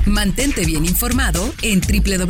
Mantente bien informado en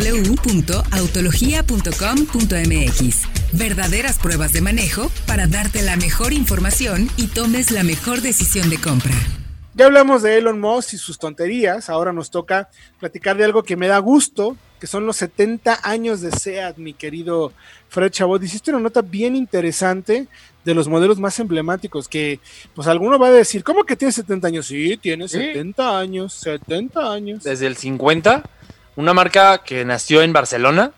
www.autologia.com.mx. Verdaderas pruebas de manejo para darte la mejor información y tomes la mejor decisión de compra. Ya hablamos de Elon Musk y sus tonterías, ahora nos toca platicar de algo que me da gusto, que son los 70 años de SEAT, mi querido Fred Chabot. Hiciste una nota bien interesante de los modelos más emblemáticos, que pues alguno va a decir, ¿cómo que tiene 70 años? Sí, tiene 70 años, 70 años. Desde el 50, una marca que nació en Barcelona,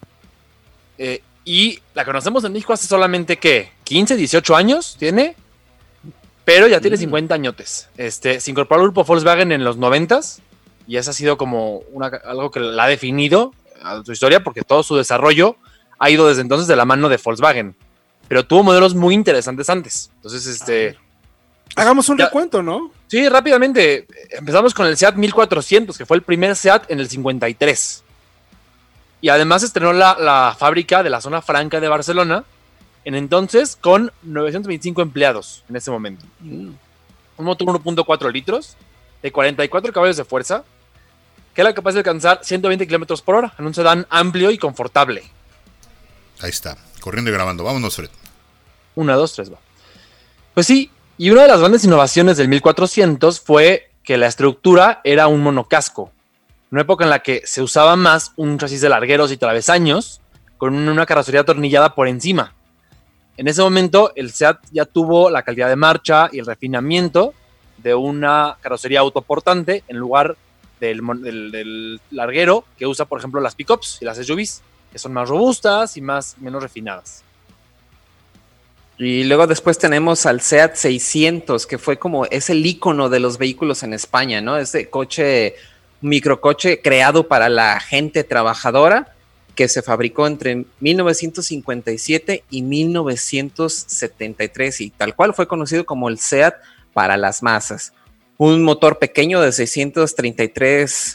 y la conocemos en México hace solamente, ¿qué? 15, 18 años tiene, pero ya tiene 50 añotes. Se incorporó al grupo Volkswagen en los 90s, y esa ha sido como algo que la ha definido a su historia, porque todo su desarrollo ha ido desde entonces de la mano de Volkswagen, pero tuvo modelos muy interesantes antes. Entonces, hagamos un recuento, ¿no? Sí, rápidamente. Empezamos con el SEAT 1400, que fue el primer SEAT en el 53. Y además estrenó la fábrica de la zona franca de Barcelona, en entonces con 925 empleados en ese momento. Un motor 1.4 litros, de 44 caballos de fuerza, que era capaz de alcanzar 120 kilómetros por hora en un sedán amplio y confortable. Ahí está, corriendo y grabando. Vámonos, Fred. 1, 2, 3, va. Pues sí, y una de las grandes innovaciones del 1400 fue que la estructura era un monocasco. Una época en la que se usaba más un chasis de largueros y travesaños con una carrocería atornillada por encima. En ese momento, el SEAT ya tuvo la calidad de marcha y el refinamiento de una carrocería autoportante en lugar del larguero que usa, por ejemplo, las pickups y las SUVs, que son más robustas y menos refinadas. Y luego después tenemos al SEAT 600, que fue como es el ícono de los vehículos en España, ¿no? Este coche, microcoche creado para la gente trabajadora, que se fabricó entre 1957 y 1973 y tal cual fue conocido como el SEAT para las masas. Un motor pequeño de 633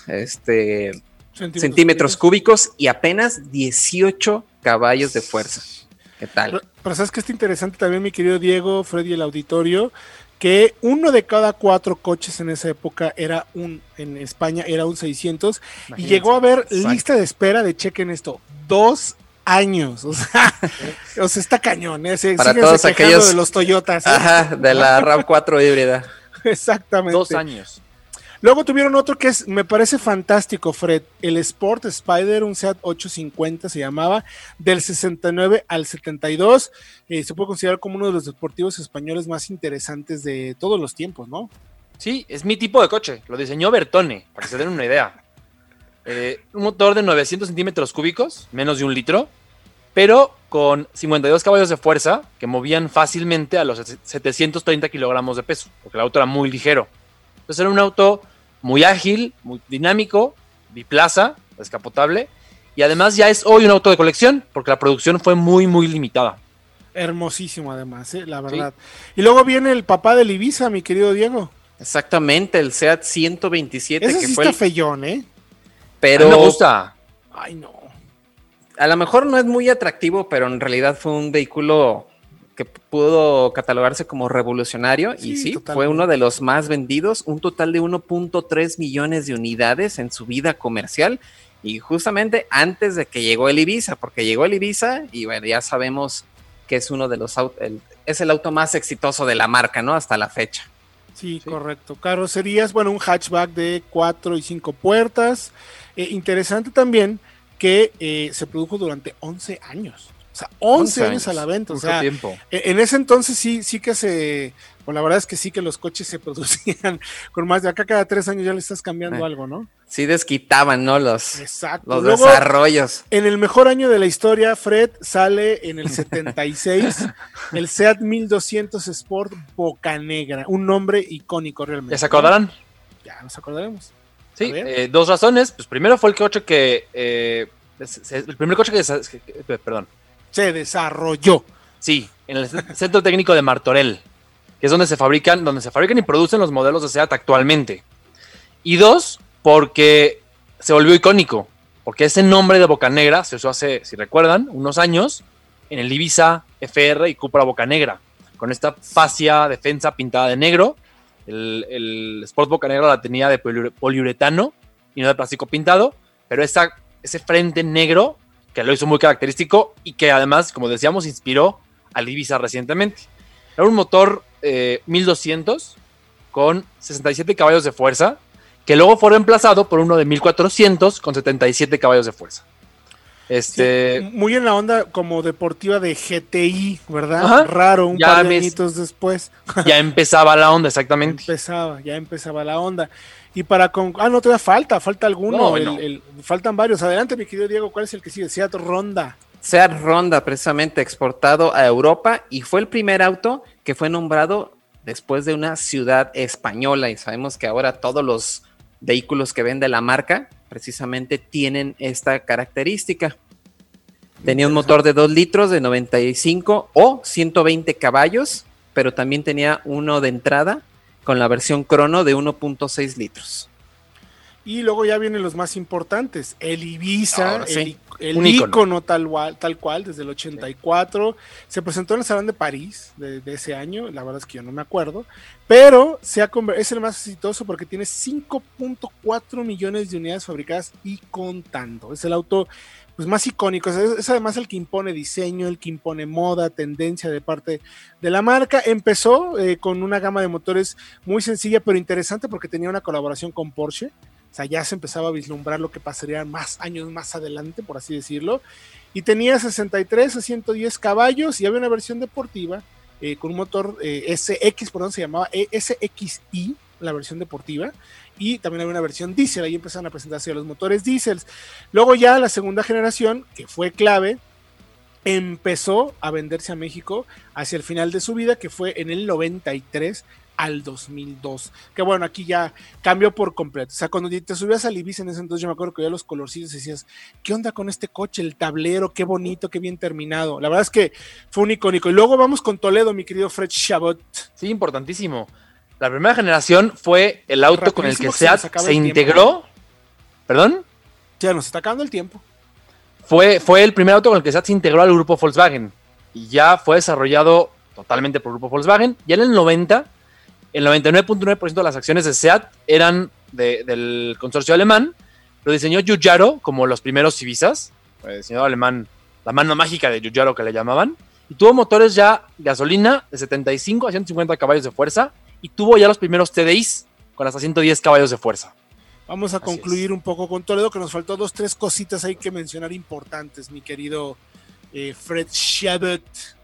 centímetros cúbicos y apenas 18 caballos de fuerza. ¿Qué tal? Pero sabes que es interesante también, mi querido Diego, Freddy y el auditorio, que uno de cada 4 coches en esa época en España era un 600. Imagínense. Y llegó a haber lista de espera de, chequen esto, 2 años. O sea, está cañón. Para todos aquellos de los Toyotas. Ajá, de la RAV4 híbrida. Exactamente. 2 años. Luego tuvieron otro que me parece fantástico, Fred, el Sport Spider, un SEAT 850 se llamaba, del 69 al 72, se puede considerar como uno de los deportivos españoles más interesantes de todos los tiempos, ¿no? Sí, es mi tipo de coche, lo diseñó Bertone, para que se den una idea. Un motor de 900 centímetros cúbicos, menos de 1 litro, pero con 52 caballos de fuerza que movían fácilmente a los 730 kilogramos de peso, porque el auto era muy ligero. Entonces era un auto muy ágil, muy dinámico, biplaza, descapotable, y además ya es hoy un auto de colección, porque la producción fue muy, muy limitada. Hermosísimo además, la verdad. Sí. Y luego viene el papá del Ibiza, mi querido Diego. Exactamente, el SEAT 127. Ese que sí fue está feyón, Pero me gusta. Ay, no. A lo mejor no es muy atractivo, pero en realidad fue un vehículo que pudo catalogarse como revolucionario, y sí, fue uno de los más vendidos, un total de 1.3 millones de unidades en su vida comercial, y justamente antes de que llegó el Ibiza, porque llegó el Ibiza, y bueno, ya sabemos que es uno de los es el auto más exitoso de la marca, ¿no? Hasta la fecha. Sí, correcto. Carrocerías, bueno, un hatchback de 4 y 5 puertas. Interesante también que se produjo durante 11 años. O sea, 11 años a la venta. O sea, tiempo. En ese entonces sí que la verdad es que sí que los coches se producían con más de acá cada 3 años ya le estás cambiando algo, ¿no? Sí desquitaban, ¿no? Los Luego, desarrollos. En el mejor año de la historia, Fred, sale en el 76 el SEAT 1200 Sport Bocanegra, un nombre icónico realmente. ¿Ya se acordarán? ¿No? Ya nos acordaremos. Sí, 2 razones. Pues primero fue el coche que... el primer coche que se desarrolló. Sí, en el Centro Técnico de Martorell, que es donde se fabrican y producen los modelos de SEAT actualmente. Y 2, porque se volvió icónico, porque ese nombre de Bocanegra se usó hace, si recuerdan, unos años en el Ibiza FR y Cupra Bocanegra, con esta fascia defensa pintada de negro. El Sport Bocanegra la tenía de poliuretano y no de plástico pintado, pero ese frente negro que lo hizo muy característico y que además, como decíamos, inspiró al Ibiza recientemente. Era un motor 1200 con 67 caballos de fuerza, que luego fue reemplazado por uno de 1400 con 77 caballos de fuerza. Sí, muy en la onda como deportiva de GTI, ¿verdad? Ajá. Raro, un par de añitos después. Ya empezaba la onda, exactamente. Ya empezaba la onda. Y para no, todavía falta alguno. No. Faltan varios. Adelante, mi querido Diego, ¿cuál es el que sigue? Seat Ronda. Seat Ronda, precisamente exportado a Europa, y fue el primer auto que fue nombrado después de una ciudad española. Y sabemos que ahora todos los vehículos que vende la marca precisamente tienen esta característica. Tenía un motor de 2 litros de 95 o 120 caballos, pero también tenía uno de entrada con la versión crono de 1.6 litros. Y luego ya vienen los más importantes, el Ibiza, sí. el ícono tal cual, desde el 84, se presentó en el Salón de París de ese año, la verdad es que yo no me acuerdo, pero es el más exitoso porque tiene 5.4 millones de unidades fabricadas y contando. Es el auto pues más icónico, es además el que impone diseño, el que impone moda, tendencia de parte de la marca. Empezó con una gama de motores muy sencilla pero interesante porque tenía una colaboración con Porsche. O sea, ya se empezaba a vislumbrar lo que pasaría más años más adelante, por así decirlo. Y tenía 63 a 110 caballos y había una versión deportiva con un motor SX, se llamaba SXI, la versión deportiva. Y también había una versión diésel, ahí empezaron a presentarse los motores diésels. Luego ya la segunda generación, que fue clave, empezó a venderse a México hacia el final de su vida, que fue en el 93 al 2002, que bueno, aquí ya cambió por completo. O sea, cuando te subías al Ibiza en ese entonces, yo me acuerdo que ya los colorcitos decías, ¿qué onda con este coche? El tablero, qué bonito, qué bien terminado. La verdad es que fue un icónico. Y luego vamos con Toledo, mi querido Fred Chabot. Sí, importantísimo. La primera generación fue el auto con el que Seat se integró. ¿Perdón? Ya nos está acabando el tiempo. Fue el primer auto con el que Seat se integró al grupo Volkswagen y ya fue desarrollado totalmente por el grupo Volkswagen. Ya en el 90, el 99.9% de las acciones de Seat eran del consorcio alemán. Lo diseñó Giugiaro como los primeros Ibizas, el diseñador alemán, la mano mágica de Giugiaro que le llamaban, y tuvo motores ya gasolina de 75 a 150 caballos de fuerza y tuvo ya los primeros TDIs con hasta 110 caballos de fuerza. Vamos a concluir un poco con Toledo, que nos faltó 2-3 cositas ahí que mencionar importantes, mi querido Fred Chabot.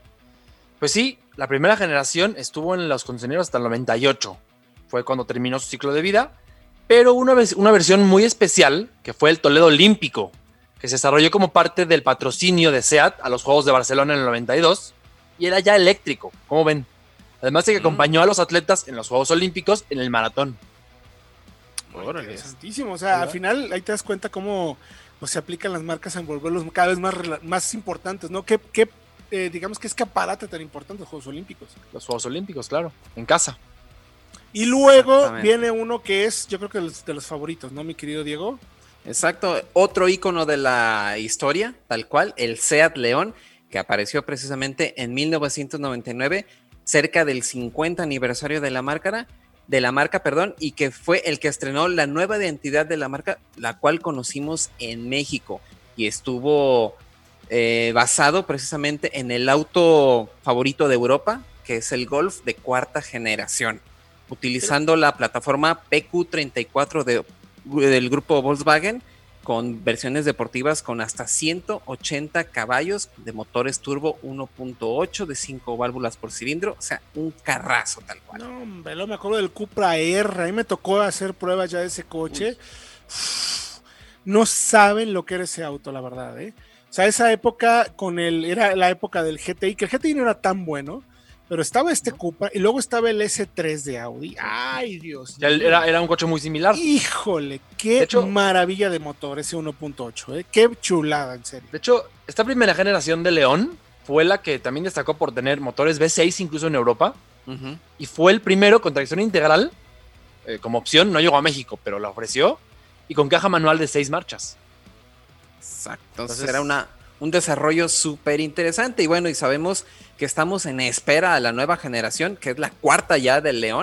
Pues sí, la primera generación estuvo en los concesionarios hasta el 98. Fue cuando terminó su ciclo de vida. Pero una versión muy especial, que fue el Toledo Olímpico, que se desarrolló como parte del patrocinio de SEAT a los Juegos de Barcelona en el 92. Y era ya eléctrico, ¿cómo ven? Además de que acompañó a los atletas en los Juegos Olímpicos en el maratón. Interesantísimo. O sea, ¿verdad? Al final ahí te das cuenta cómo se aplican las marcas a envolverlos cada vez más importantes, ¿no? Digamos que escaparate tan importante los Juegos Olímpicos. Los Juegos Olímpicos, claro, en casa. Y luego viene uno que es, yo creo que de los favoritos, ¿no, mi querido Diego? Exacto, otro ícono de la historia, tal cual, el Seat León, que apareció precisamente en 1999, cerca del 50 aniversario de la marca, y que fue el que estrenó la nueva identidad de la marca, la cual conocimos en México, y estuvo basado precisamente en el auto favorito de Europa, que es el Golf de cuarta generación, utilizando la plataforma PQ34 del grupo Volkswagen, con versiones deportivas con hasta 180 caballos de motores turbo 1.8 de 5 válvulas por cilindro, o sea, un carrazo tal cual. No, hombre, me acuerdo del Cupra R, a mí me tocó hacer pruebas ya de ese coche. No saben lo que era ese auto, la verdad, ¿eh? O sea, esa época era la época del GTI, que el GTI no era tan bueno, pero estaba este Cupra y luego estaba el S3 de Audi. ¡Ay, Dios! Era un coche muy similar. ¡Híjole! ¡Qué maravilla de motor ese 1.8! ¿eh? ¡Qué chulada, en serio! De hecho, esta primera generación de León fue la que también destacó por tener motores V6 incluso en Europa. Uh-huh. Y fue el primero con tracción integral como opción. No llegó a México, pero la ofreció. Y con caja manual de 6 marchas. Exacto. Entonces era un desarrollo súper interesante. Y bueno, y sabemos que estamos en espera a la nueva generación, que es la cuarta ya del León,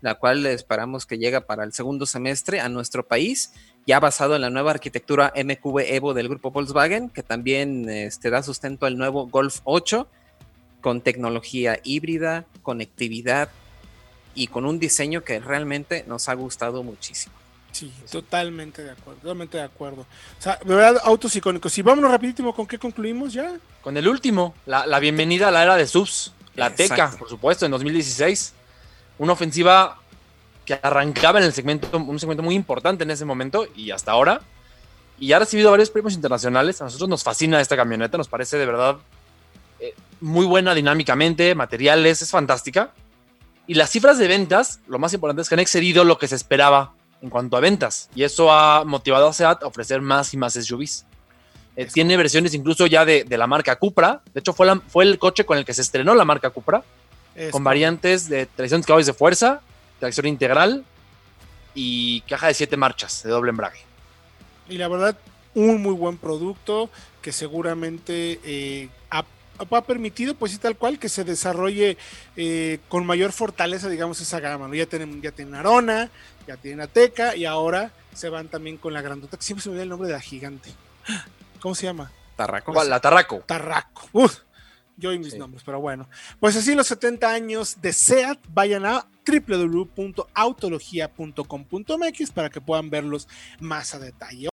la cual esperamos que llegue para el segundo semestre a nuestro país, ya basado en la nueva arquitectura MQB Evo del grupo Volkswagen, que también da sustento al nuevo Golf 8, con tecnología híbrida, conectividad y con un diseño que realmente nos ha gustado muchísimo. Sí, totalmente de acuerdo. O sea, de verdad, autos icónicos. Y vámonos rapidísimo, ¿con qué concluimos ya? Con el último, la bienvenida a la era de subs, la Ateca, por supuesto, en 2016. Una ofensiva que arrancaba en un segmento muy importante en ese momento y hasta ahora. Y ha recibido varios premios internacionales. A nosotros nos fascina esta camioneta, nos parece de verdad muy buena dinámicamente, materiales, es fantástica. Y las cifras de ventas, lo más importante es que han excedido lo que se esperaba en cuanto a ventas, y eso ha motivado a SEAT a ofrecer más y más SUVs. Tiene versiones incluso ya de la marca Cupra. De hecho, fue el coche con el que se estrenó la marca Cupra, con variantes de 300 caballos de fuerza, tracción integral y caja de 7 marchas de doble embrague. Y la verdad, un muy buen producto que seguramente ha permitido, pues sí, tal cual, que se desarrolle con mayor fortaleza, digamos, esa gama, ¿no? Ya tienen Arona, ya tienen Ateca, y ahora se van también con la grandota, que siempre se me olvida el nombre de la gigante. ¿Cómo se llama? Tarraco. La Tarraco. Tarraco. Yo y mis nombres, pero bueno. Pues así los 70 años de SEAT, vayan a www.autologia.com.mx para que puedan verlos más a detalle.